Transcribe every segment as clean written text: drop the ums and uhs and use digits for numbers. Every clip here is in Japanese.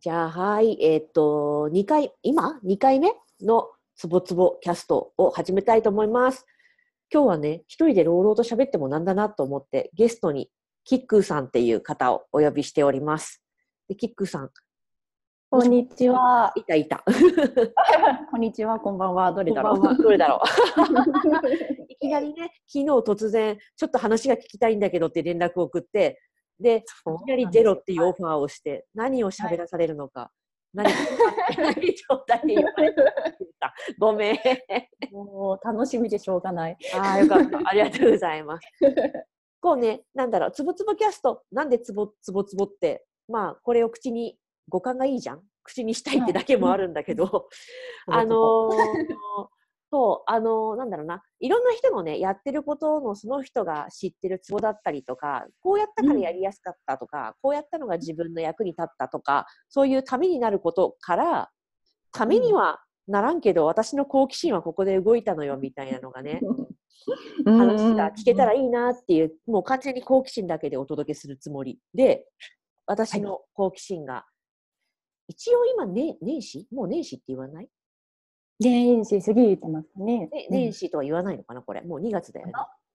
じゃあ、はい。今、2回目のつぼつぼキャストを始めたいと思います。今日はね、一人で朗々と喋ってもなんだなと思って、ゲストにキックーさんっていう方をお呼びしております。でキックーさん。 こんにちは。 いた。 こんにちは、こんばんは。どれだろう。 こんばんは。どれだろう。いきなりね、昨日突然、ちょっと話が聞きたいんだけどって連絡を送って、で、いきなりゼロっていうオファーをして、何を喋らされるのか、何かない状態で言われた。ごめん。 もう楽しみでしょうがない。 よかった。ありがとうございます。こうね、なんだろう、つぼつぼキャスト、なんでつぼつぼつぼって、まあ、これを口に、語感がいいじゃん。口にしたいってだけもあるんだけど、なんだろうな、いろんな人のね、やってることのその人が知ってるツボだったりとか、こうやったからやりやすかったとか、こうやったのが自分の役に立ったとか、そういうためになることから、ためにはならんけど、私の好奇心はここで動いたのよみたいなのがね、話が聞けたらいいなっていう、もう完全に好奇心だけでお届けするつもりで、私の好奇心が、一応今、年始もう年始って言わない？ 年始過ぎてますね。 年始とは言わないのかなこれ。もう2月だよね。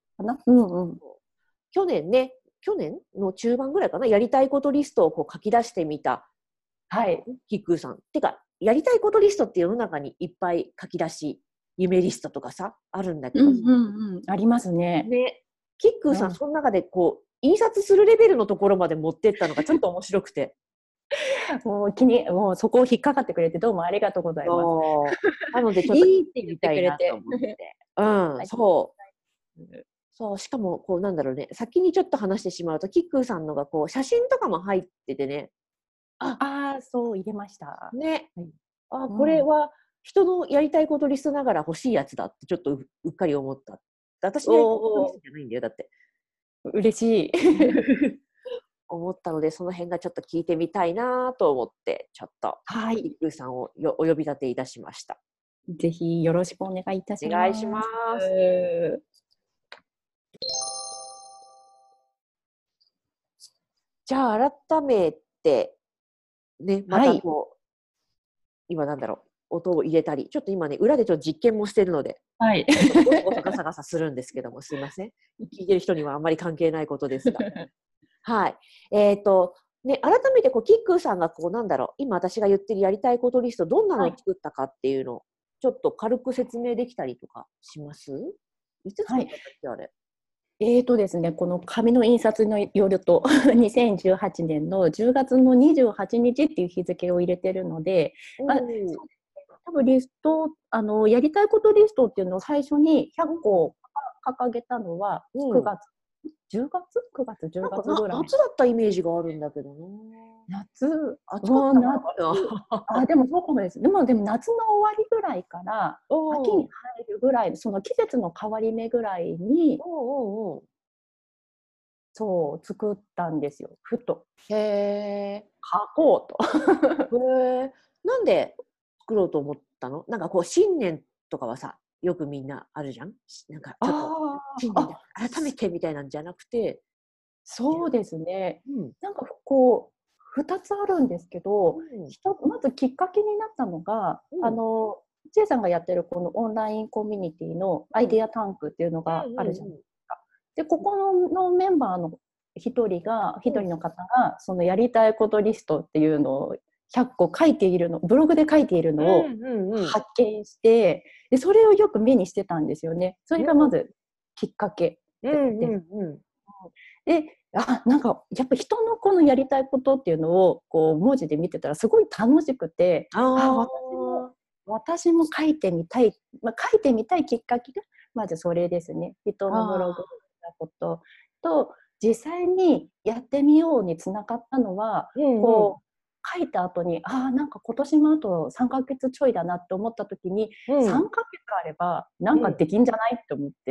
去年の中盤ぐらいかな、やりたいことリストをこう書き出してみた、キックーさん。てか、やりたいことリストって世の中にいっぱい書き出し、夢リストとかさ、あるんだけど。 ありますね。 キックーさん、その中でこう、印刷するレベルのところまで持ってったのがちょっと面白くて。 もうそこを引っかかってくれてどうもありがとうございます。 なのでちょっと聞いてみたいなと思って。そう、しかもこうなんだろうね、先にちょっと話してしまうと、キックーさんのがこう写真とかも入っててね。 そう入れました。 ね。これは人のやりたいことリストながら欲しいやつだってちょっとうっかり思った。私のやりたいことリストじゃないんだよ、だって。 嬉しい。 思ったので、その辺がちょっと聞いてみたいなと思って、ちょっと、キックーさんをお呼び立ていたしました。 ぜひよろしくお願いいたします。 お願いします。じゃあ、改めて、ね、またこう、今なんだろう、音を入れたり、ちょっと今ね、裏でちょっと実験もしてるので、ゴソガサガサするんですけども、すいません。聞いてる人にはあんまり関係ないことですが。はい。ね、改めてこうキックーさんがこうなんだろう、今私が言ってるやりたいことリスト、どんなのを作ったかっていうのを、ちょっと軽く説明できたりとかします？いつ作ったっけ、あれ。 ですね、この紙の印刷によると2018年の10月の28日っていう日付を入れてるので、多分リスト、やりたいことリストっていうのを最初に100個掲げたのは9月、10月 ?9 月、10月ぐらい。 夏だったイメージがあるんだけどな。 夏暑かったのかな。 でもそうかもです。でも夏の終わりぐらいから秋に入るぐらい、その季節の変わり目ぐらいにそう作ったんですよ。ふと書こうと。 なんで作ろうと思ったの？なんかこう新年とかはさ、よくみんなあるじゃん。なんかちょっと新年で改めてみたいなんじゃなくて。 そうですね。なんかこう2つあるんですけど、まずきっかけになったのが、ジェイさんがやってるこのオンラインコミュニティのアイデアタンクっていうのがあるじゃないですか。で、ここのメンバーの一人の方がそのやりたいことリストっていうのを100個書いているの、ブログで書いているのを発見して、でそれをよく目にしてたんですよね。それがまずきっかけです。で、なんかやっぱ人のこのやりたいことっていうのをこう文字で見てたらすごい楽しくて、私も書いてみたい、書いてみたいきっかけがまずそれですね。人のブログのことと実際にやってみようにつながったのは、こう書いた後になんか今年もあと3ヶ月ちょいだなって思った時に、3ヶ月あればなんかできんじゃないって思って、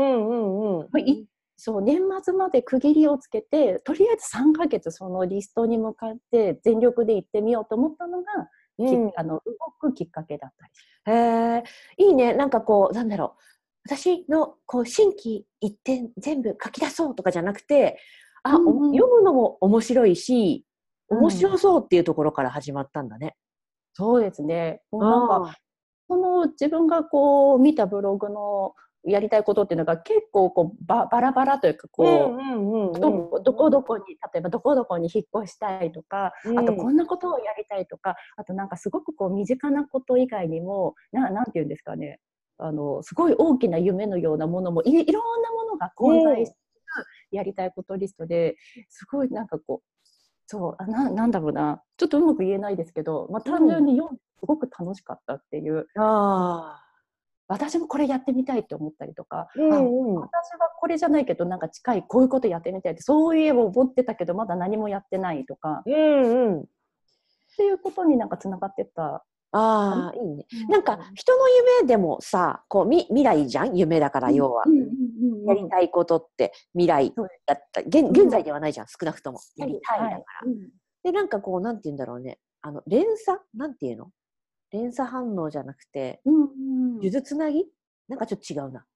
そう年末まで区切りをつけて、とりあえず3ヶ月そのリストに向かって全力で行ってみようと思ったのが、動くきっかけだったり。いいね。なんかこうなんだろう、私のこう心機一転全部書き出そうとかじゃなくて、読むのも面白いし、 面白そうっていうところから始まったんだね。 そうですね。もうなんか、その自分がこう見たブログのやりたいことっていうのが結構こうバラバラというかこう、どこどこに、例えばどこどこに引っ越したいとか、あとこんなことをやりたいとか、あとなんかすごくこう身近なこと以外にも、なんていうんですかね、すごい大きな夢のようなものもいろんなものが混在してるやりたいことリストで、すごいなんかこう、そうなんだろうな、ちょっとうまく言えないですけど、まあ、単純に読んですごく楽しかったっていう、私もこれやってみたいって思ったりとか、私はこれじゃないけどなんか近いこういうことやってみたいって、そういえば思ってたけどまだ何もやってないとか、っていうことになんかつながってったああ、いいね。なんか、人の夢でもさ、こう、未来じゃん、夢だから、要は。やりたいことって未来だった。現在ではないじゃん、少なくとも。やりたいだから。で、なんかこう、なんて言うんだろうね。連鎖なんていうの、連鎖反応じゃなくて、数珠つなぎなんかちょっと違うな。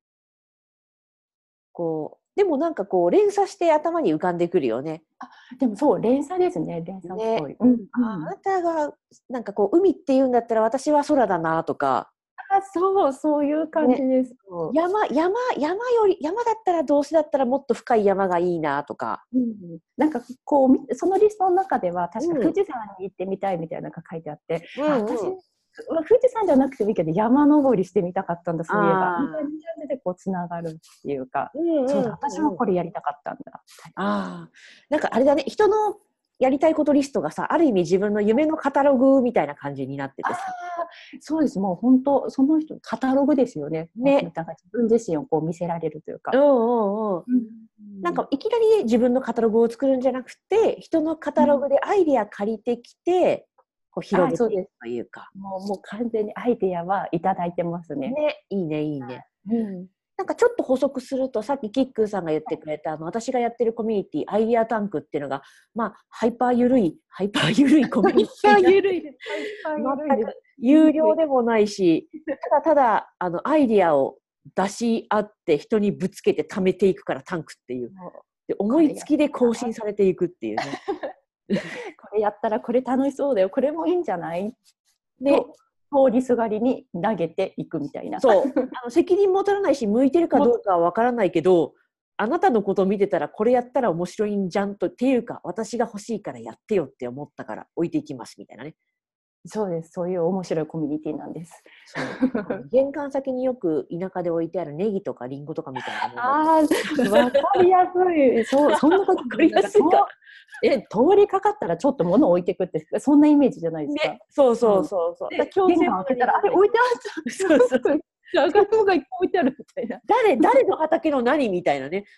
こう、でもなんかこう、連鎖して頭に浮かんでくるよね。 でもそう、連鎖ですね、連鎖っぽい。 あなたが、なんかこう、海って言うんだったら私は空だなとか。 そういう感じです。 山だったらどうせだったらもっと深い山がいいなとか。 なんかこう、そのリストの中では確か富士山に行ってみたいみたいなのが書いてあって、私、富士山じゃなくてもいいけど山登りしてみたかったんだ、そういえば。みたいな感じでこうつながるっていうか、そうだ、私もこれやりたかったんだ。 なんかあれだね、人のやりたいことリストがさ、ある意味自分の夢のカタログみたいな感じになっててさ。 そうです、もう本当、その人、カタログですよね。なんか自分自身をこう見せられるというか。 なんかいきなり自分のカタログを作るんじゃなくて、人のカタログでアイデア借りてきて、こう広げていくというか。 もう完全にアイデアはいただいてますね。 いいね、いいね。なんかちょっと補足すると、さっきキックさんが言ってくれた、私がやってるコミュニティ、アイデアタンクっていうのが、まあ、ハイパーゆるいコミュニティ。 ハイパーゆるいです。 全く有料でもないし、ただアイデアを出し合って人にぶつけて貯めていくからタンクっていう。で思いつきで更新されていくっていうね。 これやったらこれ楽しそうだよ、これもいいんじゃないで、通りすがりに投げていくみたいな。 そう責任も取らないし向いてるかどうかは分からないけど、あなたのことを見てたらこれやったら面白いんじゃんとっていうか、私が欲しいからやってよって思ったから置いていきますみたいなね。 そうです、そういう面白いコミュニティなんです。 玄関先によく田舎で置いてあるネギとかリンゴとかみたいな。わかりやすい。そんなこと分かりやすいか。 通りかかったらちょっと物置いてくって、そんなイメージじゃないですか。 そう。 玄関開けたら、あれ置いてある。そう。じゃがいもがいっぱい置いてあるみたいな。 誰の畑の何みたいなね。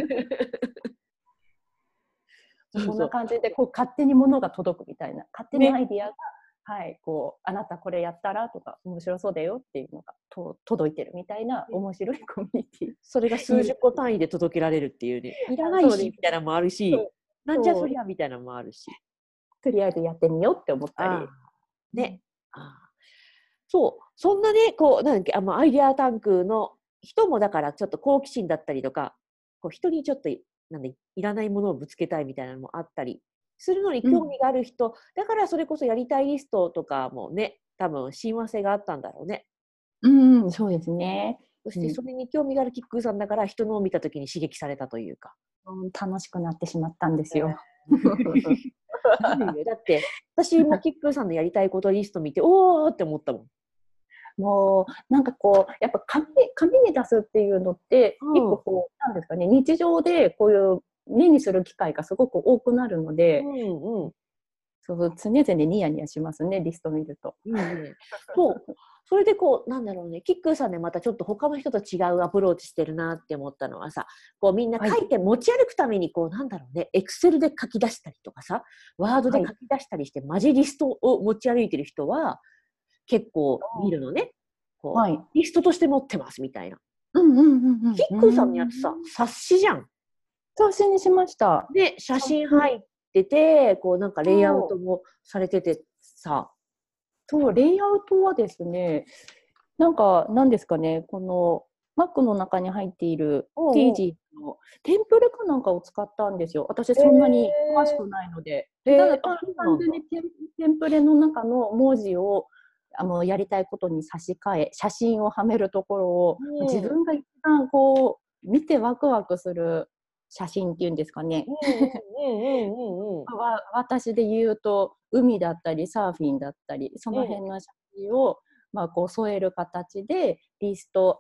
そんな感じでこう勝手に物が届くみたいな、勝手にアイディアが、こうあなたこれやったらとか面白そうだよっていうのが届いてるみたいな面白いコミュニティ。 それが数十個単位で届けられるっていうね。いらないしみたいなのもあるし、なんじゃそりゃみたいなのもあるし。 とりあえずやってみようって思ったり。 ね。そう。そんなね、こう、なんだっけ、アイデアタンクの人もだからちょっと好奇心だったりとか、こう人にちょっと、なんで、いらないものをぶつけたいみたいなのもあったりするのに興味がある人、だからそれこそやりたいリストとかもね、多分親和性があったんだろうね。 そうですね。 そしてそれに興味があるキックさんだから人のを見たときに刺激されたというか。 楽しくなってしまったんですよ。 だって私もキックさんのやりたいことリスト見ておーって思ったもん。 もうなんかこうやっぱ紙に出すっていうのって結構こうなんですかね、日常でこういう目にする機会がすごく多くなるので、そう常々ニヤニヤしますね、リスト見ると。 それでこうなんだろうね、キックさんでまたちょっと他の人と違うアプローチしてるなって思ったのはさ、こうみんな書いて持ち歩くためにこうなんだろうね、エクセルで書き出したりとかさ、ワードで書き出したりしてマジリストを持ち歩いてる人は結構見るのね。リストとして持ってますみたいな。キックさんのやつさ、冊子じゃん。 冊子にしました。 で、写真入ってて、こうなんかレイアウトもされててさ。 そう、レイアウトはですね、なんか、なんですかね、この、 マックの中に入っているおうおう。 ティージーのテンプレかなんかを使ったんですよ。私そんなに詳しくないので。ただあ、そうなんだ。 単純にテンプレの中の文字をやりたいことに差し替え、写真をはめるところを、自分が一番こう見てワクワクする写真っていうんですかね。私で言うと海だったりサーフィンだったりその辺の写真を、こう添える形でリスト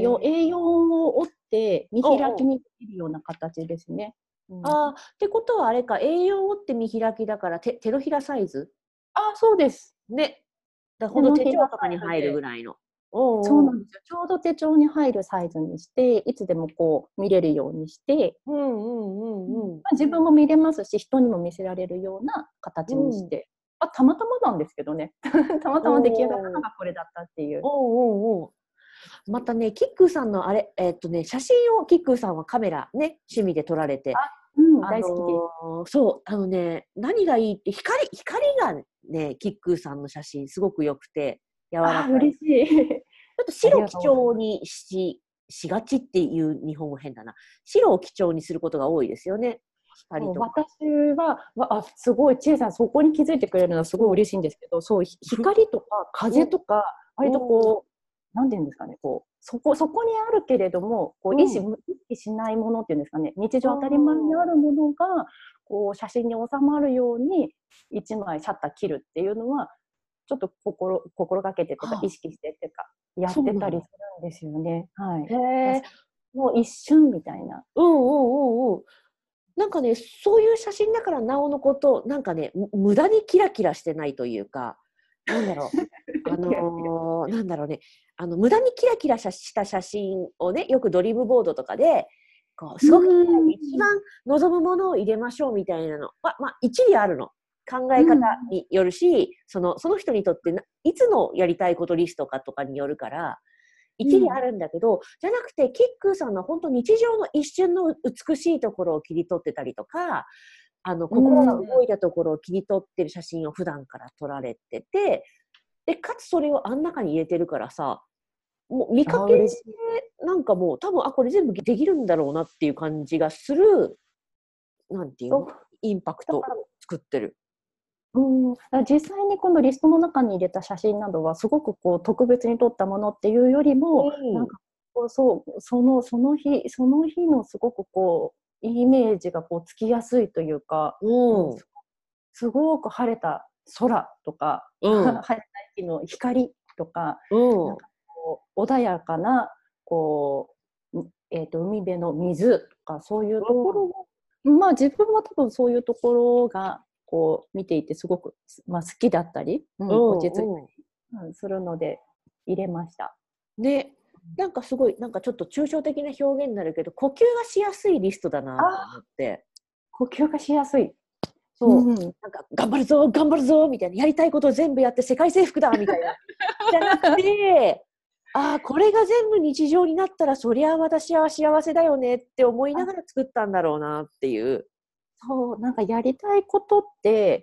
A4 を折って見開きにできるような形ですね。 ってことはあれか、A4 を折って見開きだから手のひらサイズ？ そうです。 ね。だほんと手帳とかに入るぐらいの。 そうなんですよ。ちょうど手帳に入るサイズにして、いつでもこう見れるようにして、自分も見れますし、人にも見せられるような形にして、たまたまなんですけどね。たまたま出来上がったのがこれだったっていう。 またね、キックーさんのあれ、写真をキックーさんはカメラね、趣味で撮られて。 大好きです。 そう、何がいいって、光がね、キックーさんの写真すごく良くて、柔らかい。 嬉しい。 ちょっと白基調にしがちっていう日本語変だな。白を基調にすることが多いですよね。 私は、すごい、千恵さん、そこに気づいてくれるのはすごい嬉しいんですけど、そう、光とか風とか、割とこう、なんていうんですかね、こう、そこにあるけれども、こう意識しないものっていうんですかね、日常当たり前にあるものが、こう、写真に収まるように、一枚シャッター切るっていうのは、ちょっと心がけてとか、意識してっていうか、やってたりするんですよね。はい。もう一瞬みたいな。 なんかね、そういう写真だからなおのこと、なんかね、無駄にキラキラしてないというか、なんだろう。なんだろうね。無駄にキラキラした写真をね、よくドリームボードとかで、こう、すごく一番望むものを入れましょうみたいなのは、一理あるの。考え方によるし、その人にとっていつのやりたいことリストかとかによるから、一理あるんだけど、じゃなくて、キックーさんの本当日常の一瞬の美しいところを切り取ってたりとか、心が動いたところを切り取ってる写真を普段から撮られてて、で、かつそれをあん中に入れてるからさ、もう見かけで、なんかもう多分、これ全部できるんだろうなっていう感じがする、なんていうの？インパクトを作ってる。 実際にこのリストの中に入れた写真などはすごくこう特別に撮ったものっていうよりも、なんかこうその日のすごくこうイメージがこうつきやすいというか、すごく晴れた空とか、晴れた日の光とか、なんかこう穏やかなこう、海辺の水とかそういうところを、自分は多分そういうところがこう見ていてすごく、好きだったり、落ち着いたりするので入れました。 ね、なんかすごい、なんかちょっと抽象的な表現になるけど、呼吸がしやすいリストだなと思って。 呼吸がしやすい。 そう、なんか頑張るぞ頑張るぞみたいな、やりたいことを全部やって世界征服だみたいなじゃなくて、これが全部日常になったらそりゃ私は幸せだよねって思いながら作ったんだろうなっていう。 そう、なんかやりたいことって、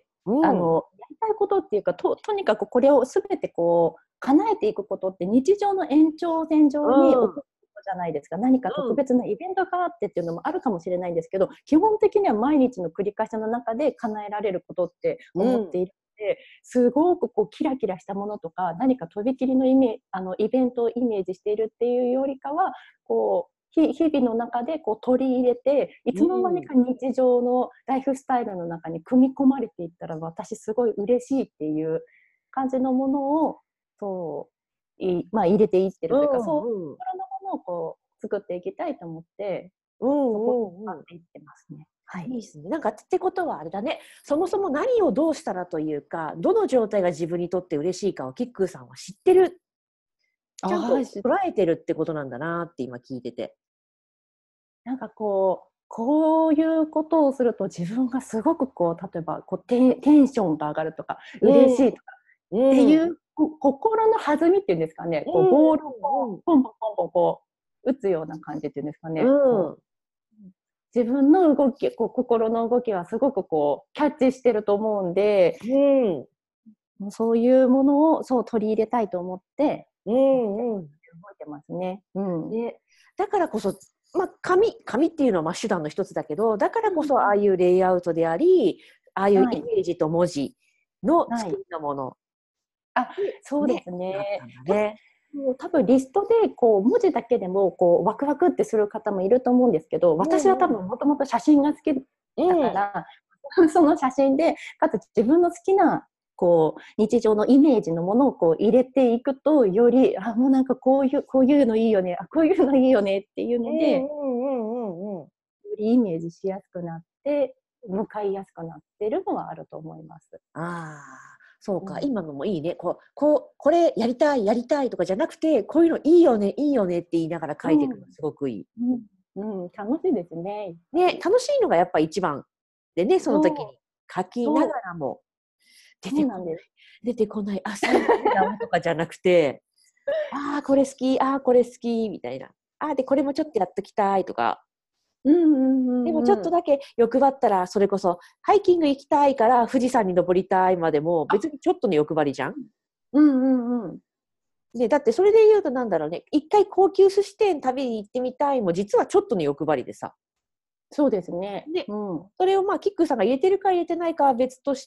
やりたいことっていうか、とにかくこれを全てこう叶えていくことって日常の延長線上に起こることじゃないですか。何か特別なイベントがあってっていうのもあるかもしれないんですけど、基本的には毎日の繰り返しの中で叶えられることって思っているので、すごくこうキラキラしたものとか、何かとびきりのイベントをイメージしているっていうよりかは、こう日々の中でこう取り入れて、いつの間にか日常のライフスタイルの中に組み込まれていったら、私すごい嬉しいっていう感じのものを入れていってるというか、そういうところのものをこう作っていきたいと思って、そこを使っていってますね。 いいですね。なんかってことはあれだね。そもそも何をどうしたらというか、どの状態が自分にとって嬉しいかをキックーさんは知ってる。ちゃんと捉えてるってことなんだなって今聞いてて。 なんかこういうことをすると自分がすごくこう、例えばこうテンションが上がるとか、嬉しいとかっていう心の弾みっていうんですかね、こうボールをポンポンポンポンこう打つような感じっていうんですかね。自分の動き、こう心の動きはすごくこうキャッチしてると思うんで、そういうものを取り入れたいと思って、動いてますね。 だからこそ、まあ、紙っていうのはまあ手段の一つだけど、だからこそああいうレイアウトであり、ああいうイメージと文字の作りのもの、 あ、そうですね。 なったんだね。 多分リストでこう文字だけでもこうワクワクってする方もいると思うんですけど、私は多分もともと写真が好きだから、その写真でかつ自分の好きなこう日常のイメージのものをこう入れていくと、よりもうなんかこういうのいいよね、こういうのいいよねっていうので、よりイメージしやすくなって向かいやすくなってるのはあると思います。 ああ、そうか、今のもいいね。これやりたいとかじゃなくて、こういうのいいよねって言いながら書いていくのすごくいい。 楽しいですね。 ね、楽しいのがやっぱ一番でね、その時に書きながらも出てこない、最後だとかじゃなくて、これ好き、これ好きみたいな。でこれもちょっとやっときたいとか。でもちょっとだけ欲張ったら、それこそハイキング行きたいから富士山に登りたいまでも別にちょっとの欲張りじゃん。でだってそれで言うとなんだろうね、一回高級寿司店旅に行ってみたいも実はちょっとの欲張りでさ。 そうですね。 それをまあキックさんが入れてるか入れてないかは別として、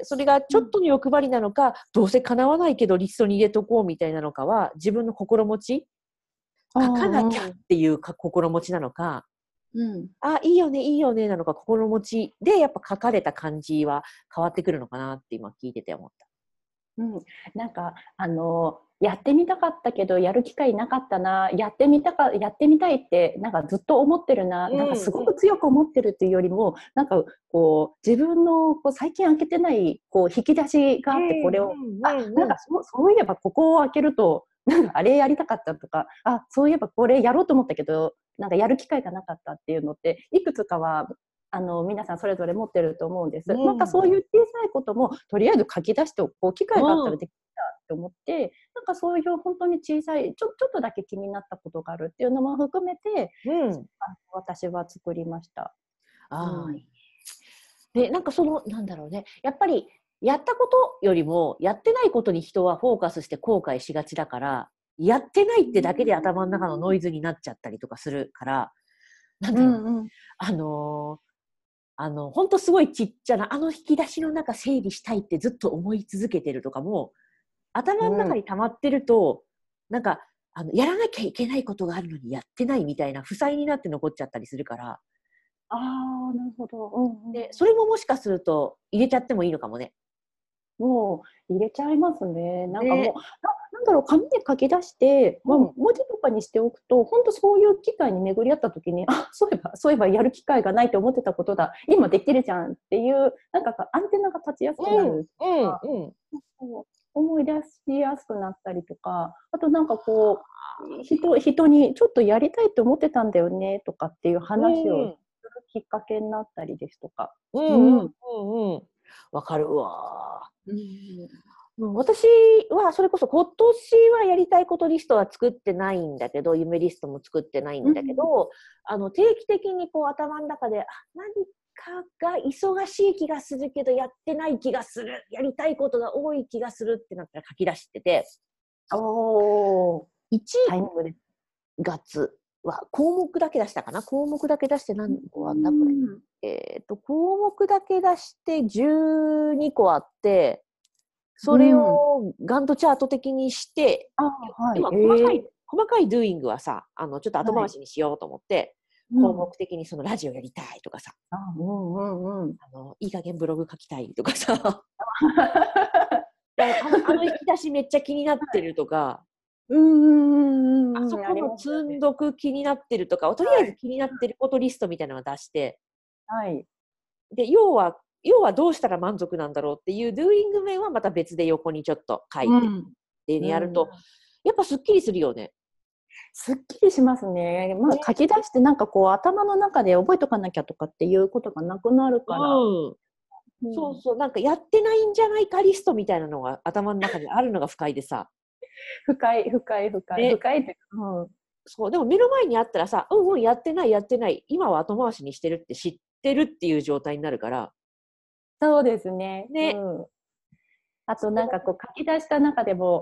それがちょっとの欲張りなのか、どうせ叶わないけどリストに入れとこうみたいなのかは自分の心持ち、書かなきゃっていう心持ちなのか、いいよねいいよねなのか、心持ちでやっぱ書かれた感じは変わってくるのかなって今聞いてて思った。 なんかやってみたかったけどやる機会なかったな、やってみたいってなんかずっと思ってるな、なんかすごく強く思ってるっていうよりも、なんかこう自分のこう最近開けてないこう引き出しがあって、これをなんかそういえばここを開けるとなんかあれやりたかったとか、そういえばこれやろうと思ったけどなんかやる機会がなかったっていうのっていくつかは皆さんそれぞれ持ってると思うんです。なんかそういう小さいこともとりあえず書き出しておこう、機会があったらできたと思って、なんかそういう本当に小さいちょっとだけ気になったことがあるっていうのも含めて、私は作りました。 でなんかなんだろうね、やっぱりやったことよりもやってないことに人はフォーカスして後悔しがちだから、やってないってだけで頭の中のノイズになっちゃったりとかするから、なんだろう、ほんとすごいちっちゃな引き出しの中整理したいってずっと思い続けてるとかも、頭の中に溜まってると、なんかやらなきゃいけないことがあるのにやってないみたいな負債になって残っちゃったりするから。 なるほど。 でそれももしかすると入れちゃってもいいのかもね。 もう入れちゃいますね。なんかもう、なんだろう、紙で書き出して、文字とかにしておくと、本当そういう機会に巡り合った時に、そういえばやる機会がないと思ってたことだ、今できるじゃんっていう、なんかアンテナが立ちやすくなるとか、思い出しやすくなったりとか、あとなんかこう、人にちょっとやりたいと思ってたんだよねとかっていう話をするきっかけになったりですとか。 わかるわ。私はそれこそ今年はやりたいことリストは作ってないんだけど、夢リストも作ってないんだけど、定期的にこう頭の中で何かが忙しい気がするけどやってない気がする、やりたいことが多い気がするってなったら書き出してて、1月は項目だけ出したかな。項目だけ出して何個あんだこれ。項目だけ出して12個あって、それをガントチャート的にして、今細かいドゥーイングはさ、ちょっと後回しにしようと思って、項目的にそのラジオやりたいとかさ、いい加減ブログ書きたいとかさ、引き出しめっちゃ気になってるとか、あそこの積んどく気になってるとか、とりあえず気になってることリストみたいなのを出して、で要はどうしたら満足なんだろうっていうドゥーイング面はまた別で横にちょっと書いてってやると、やっぱすっきりするよね。 すっきりしますね。書き出してなんかこう頭の中で覚えとかなきゃとかっていうことがなくなるから。 そうそう、なんかやってないんじゃないかリストみたいなのが頭の中にあるのが不快でさ。 深いってそう、でも目の前にあったらさ、やってない、今は後回しにしてるって知ってるっていう状態になるから。 そうですね。あとなんかこう書き出した中でも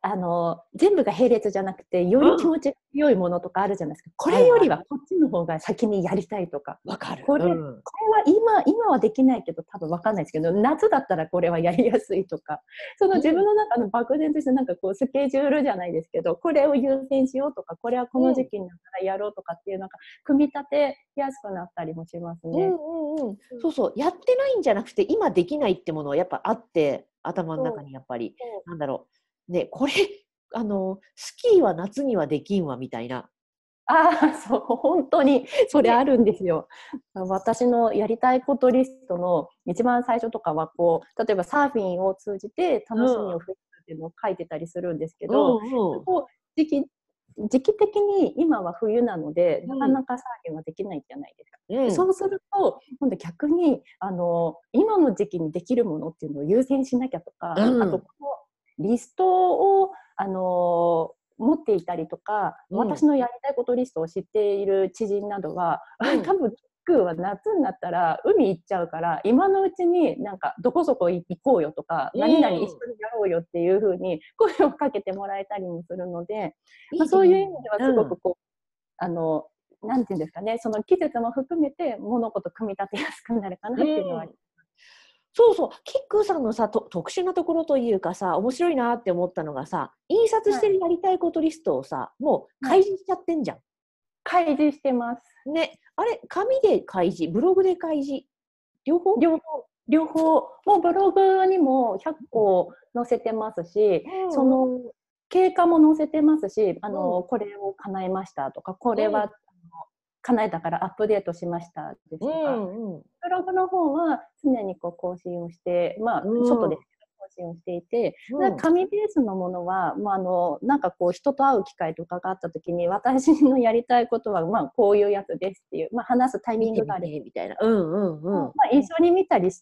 全部が並列じゃなくて、より気持ちが強いものとかあるじゃないですか。これよりはこっちの方が先にやりたいとか。 わかる。 これは今はできないけど、多分わかんないですけど、夏だったらこれはやりやすいとか、その自分の中の漠然としたなんかこうスケジュールじゃないですけど、これを優先しようとか、これはこの時期になったらやろうとかっていうなんか組み立てやすくなったりもしますね。 そうそう、やってないんじゃなくて今できないってものはやっぱあって、頭の中にやっぱりなんだろうね、これスキーは夏にはできんわみたいな。 そう、本当にそれあるんですよ。私のやりたいことリストの一番最初とかはこう、例えばサーフィンを通じて楽しみを増やすっていうのを書いてたりするんですけど、こう時期的に今は冬なので、なかなかサーフィンはできないじゃないですか。そうすると今度逆に今の時期にできるものっていうのを優先しなきゃとか、あとこのリストを持っていたりとか、私のやりたいことリストを知っている知人などは、多分キックは夏になったら海行っちゃうから今のうちになんかどこそこ行こうよとか、何々一緒にやろうよっていう風に声をかけてもらえたりもするので、そういう意味ではすごくこう、なんていうんですかね、その季節も含めて物事組み立てやすくなるかなっていうのはあります。 そうそう、キックさんのさ、特殊なところというかさ、面白いなって思ったのがさ、印刷してるやりたいことリストをさ、もう開示しちゃってんじゃん。 開示してます。 ね、あれ、紙で開示、ブログで開示、両方。 もうブログにも100個載せてますし、その経過も載せてますし、これを叶えましたとか、これは叶えたからアップデートしましたですとか、ブログの方は常にこう更新をして、外で更新をしていて、紙ベースのものは、なんかこう人と会う機会とかがあった時に、私のやりたいことはこういうやつですっていう、話すタイミングがあるみたいな、一緒に見たりして、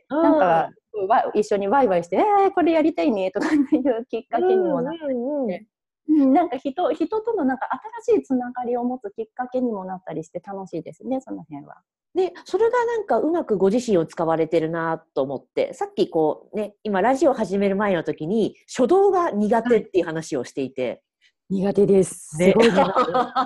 なんか一緒にワイワイして、これやりたいねとかいうきっかけにもなったりして。なんか人とのなんか新しいつながりを持つきっかけにもなったりして楽しいですね、その辺は。 で、それがなんかうまくご自身を使われてるなと思って、さっきこうね、今ラジオ始める前の時に書道が苦手っていう話をしていて。 苦手です。すごい苦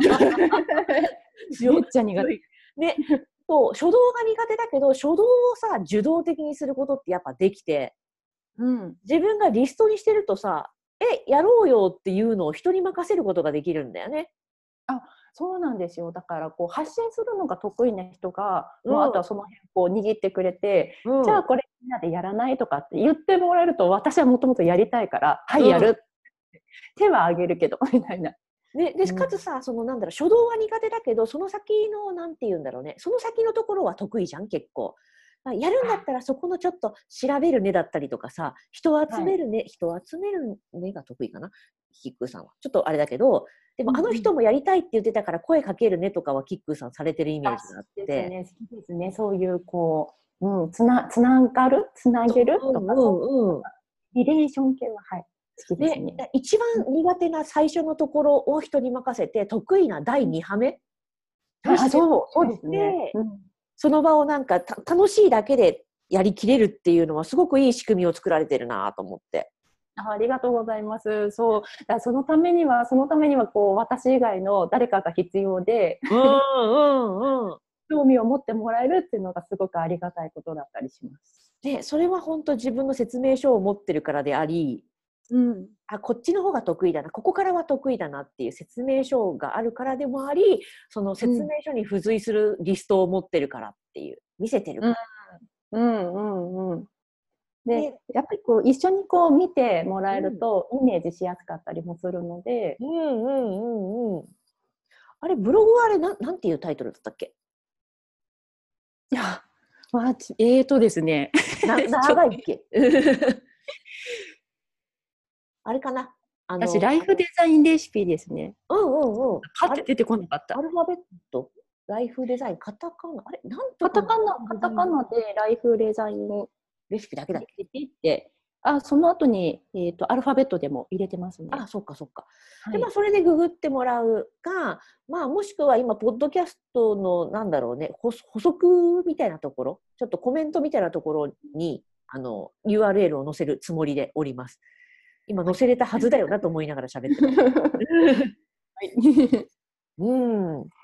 手。めっちゃ苦手。 ね、そう、書道が苦手だけど、書道をさ、受動的にすることってやっぱできて、自分がリストにしてるとさ、やろうよっていうのを人に任せることができるんだよね。 そうなんですよ。だからこう発信するのが得意な人が、もうあとはその辺こう握ってくれて、じゃあこれみんなでやらないとかって言ってもらえると、私はもともとやりたいから、はいやる、手は挙げるけどみたいな。 でかつさ、そのなんだろう、書道は苦手だけど、その先のなんて言うんだろうね、その先のところは得意じゃん、結構。やるんだったらそこのちょっと調べるねだったりとかさ、人を集めるねが得意かな、キックさんは。ちょっとあれだけど、でもあの人もやりたいって言ってたから声かけるねとかはキックさんされてるイメージがあって。 好きですね。そういうこう、つなげるとか、リレーション系は好きですね。 一番苦手な最初のところを人に任せて、得意な第2波目。 そうですね。 その場をなんか楽しいだけでやりきれるっていうのはすごくいい仕組みを作られてるなと思って。 ありがとうございます。そのためにはこう私以外の誰かが必要で、興味を持ってもらえるっていうのがすごくありがたいことだったりします。 で、それは本当自分の説明書を持ってるからであり、こっちの方が得意だな、ここからは得意だなっていう説明書があるからでもあり、その説明書に付随するリストを持ってるからっていう、見せてるから。 で、やっぱりこう一緒にこう見てもらえるとイメージしやすかったりもするので。 あれ、ブログはあれなんていうタイトルだったっけ？ いや、ですね。 長いっけ？あれかな。 私、ライフデザインレシピですね。 パッて出てこなかった。 アルファベット、ライフデザイン、カタカナ、あれカタカナでライフデザインレシピだけだっけ？ ってその後に、アルファベットでも入れてますね。 そっか。で、それでググってもらうか、もしくは今、ポッドキャストの、なんだろうね、補足みたいなところ、ちょっとコメントみたいなところに、URL を載せるつもりでおります。 今載せれたはずだよなと思いながら喋ってます。 はい。 うん。